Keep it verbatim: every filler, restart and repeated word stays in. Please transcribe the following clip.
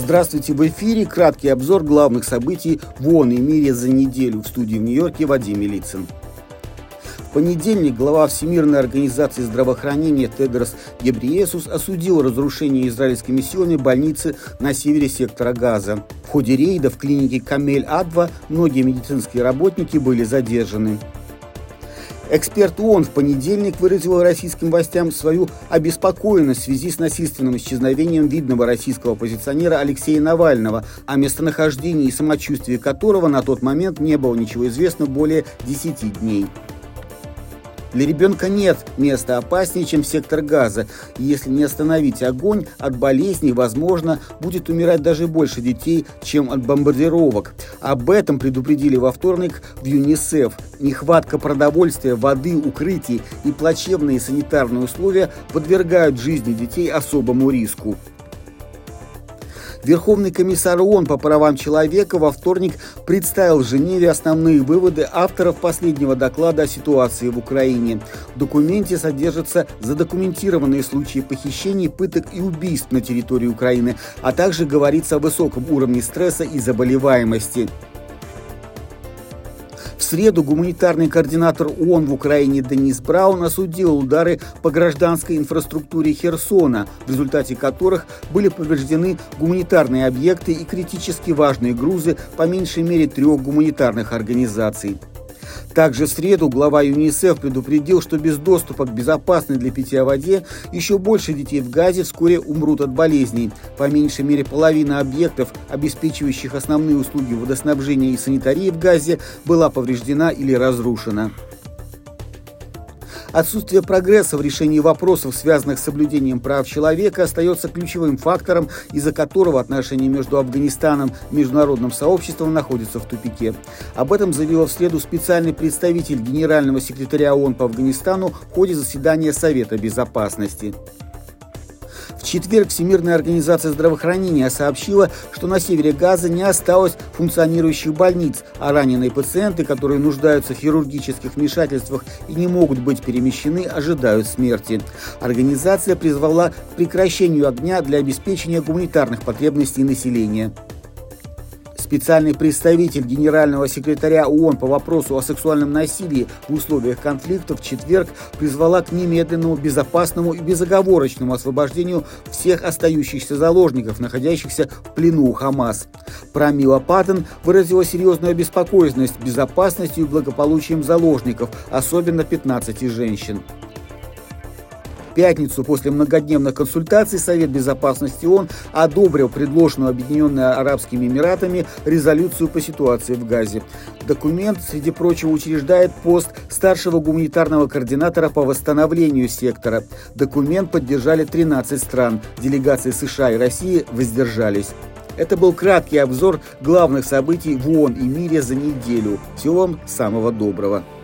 Здравствуйте, в эфире краткий обзор главных событий в ООН и мире за неделю. В студии в Нью-Йорке Вадим Милицын. В понедельник глава Всемирной организации здравоохранения Тедрос Гебрейесус осудил разрушение израильскими силами больницы на севере сектора Газа. В ходе рейда в клинике Камель-Адва многие медицинские работники были задержаны. Эксперт ООН в понедельник выразил российским властям свою обеспокоенность в связи с насильственным исчезновением видного российского оппозиционера Алексея Навального, о местонахождении и самочувствии которого на тот момент не было ничего известно более десяти дней. Для ребенка нет места опаснее, чем сектор Газа, и если не остановить огонь, от болезней, возможно, будет умирать даже больше детей, чем от бомбардировок. Об этом предупредили во вторник в ЮНИСЕФ. Нехватка продовольствия, воды, укрытий и плачевные санитарные условия подвергают жизни детей особому риску. Верховный комиссар ООН по правам человека во вторник представил в Женеве основные выводы авторов последнего доклада о ситуации в Украине. В документе содержатся задокументированные случаи похищений, пыток и убийств на территории Украины, а также говорится о высоком уровне стресса и заболеваемости. В среду гуманитарный координатор ООН в Украине Денис Браун осудил удары по гражданской инфраструктуре Херсона, в результате которых были повреждены гуманитарные объекты и критически важные грузы по меньшей мере трех гуманитарных организаций. Также в среду глава ЮНИСЕФ предупредил, что без доступа к безопасной для питья воде еще больше детей в Газе вскоре умрут от болезней. По меньшей мере половина объектов, обеспечивающих основные услуги водоснабжения и санитарии в Газе, была повреждена или разрушена. Отсутствие прогресса в решении вопросов, связанных с соблюдением прав человека, остается ключевым фактором, из-за которого отношения между Афганистаном и международным сообществом находятся в тупике. Об этом заявила в среду специальный представитель генерального секретаря ООН по Афганистану в ходе заседания Совета Безопасности. В четверг Всемирная организация здравоохранения сообщила, что на севере Газа не осталось функционирующих больниц, а раненые пациенты, которые нуждаются в хирургических вмешательствах и не могут быть перемещены, ожидают смерти. Организация призвала к прекращению огня для обеспечения гуманитарных потребностей населения. Специальный представитель генерального секретаря ООН по вопросу о сексуальном насилии в условиях конфликта в четверг призвала к немедленному, безопасному и безоговорочному освобождению всех остающихся заложников, находящихся в плену у Хамас. Прамила Паттен выразила серьезную обеспокоенность безопасностью и благополучием заложников, особенно пятнадцати женщин. В пятницу после многодневных консультаций Совет Безопасности ООН одобрил предложенную Объединенными Арабскими Эмиратами резолюцию по ситуации в Газе. Документ, среди прочего, учреждает пост старшего гуманитарного координатора по восстановлению сектора. Документ поддержали тринадцать стран. Делегации США и России воздержались. Это был краткий обзор главных событий в ООН и мире за неделю. Всего вам самого доброго.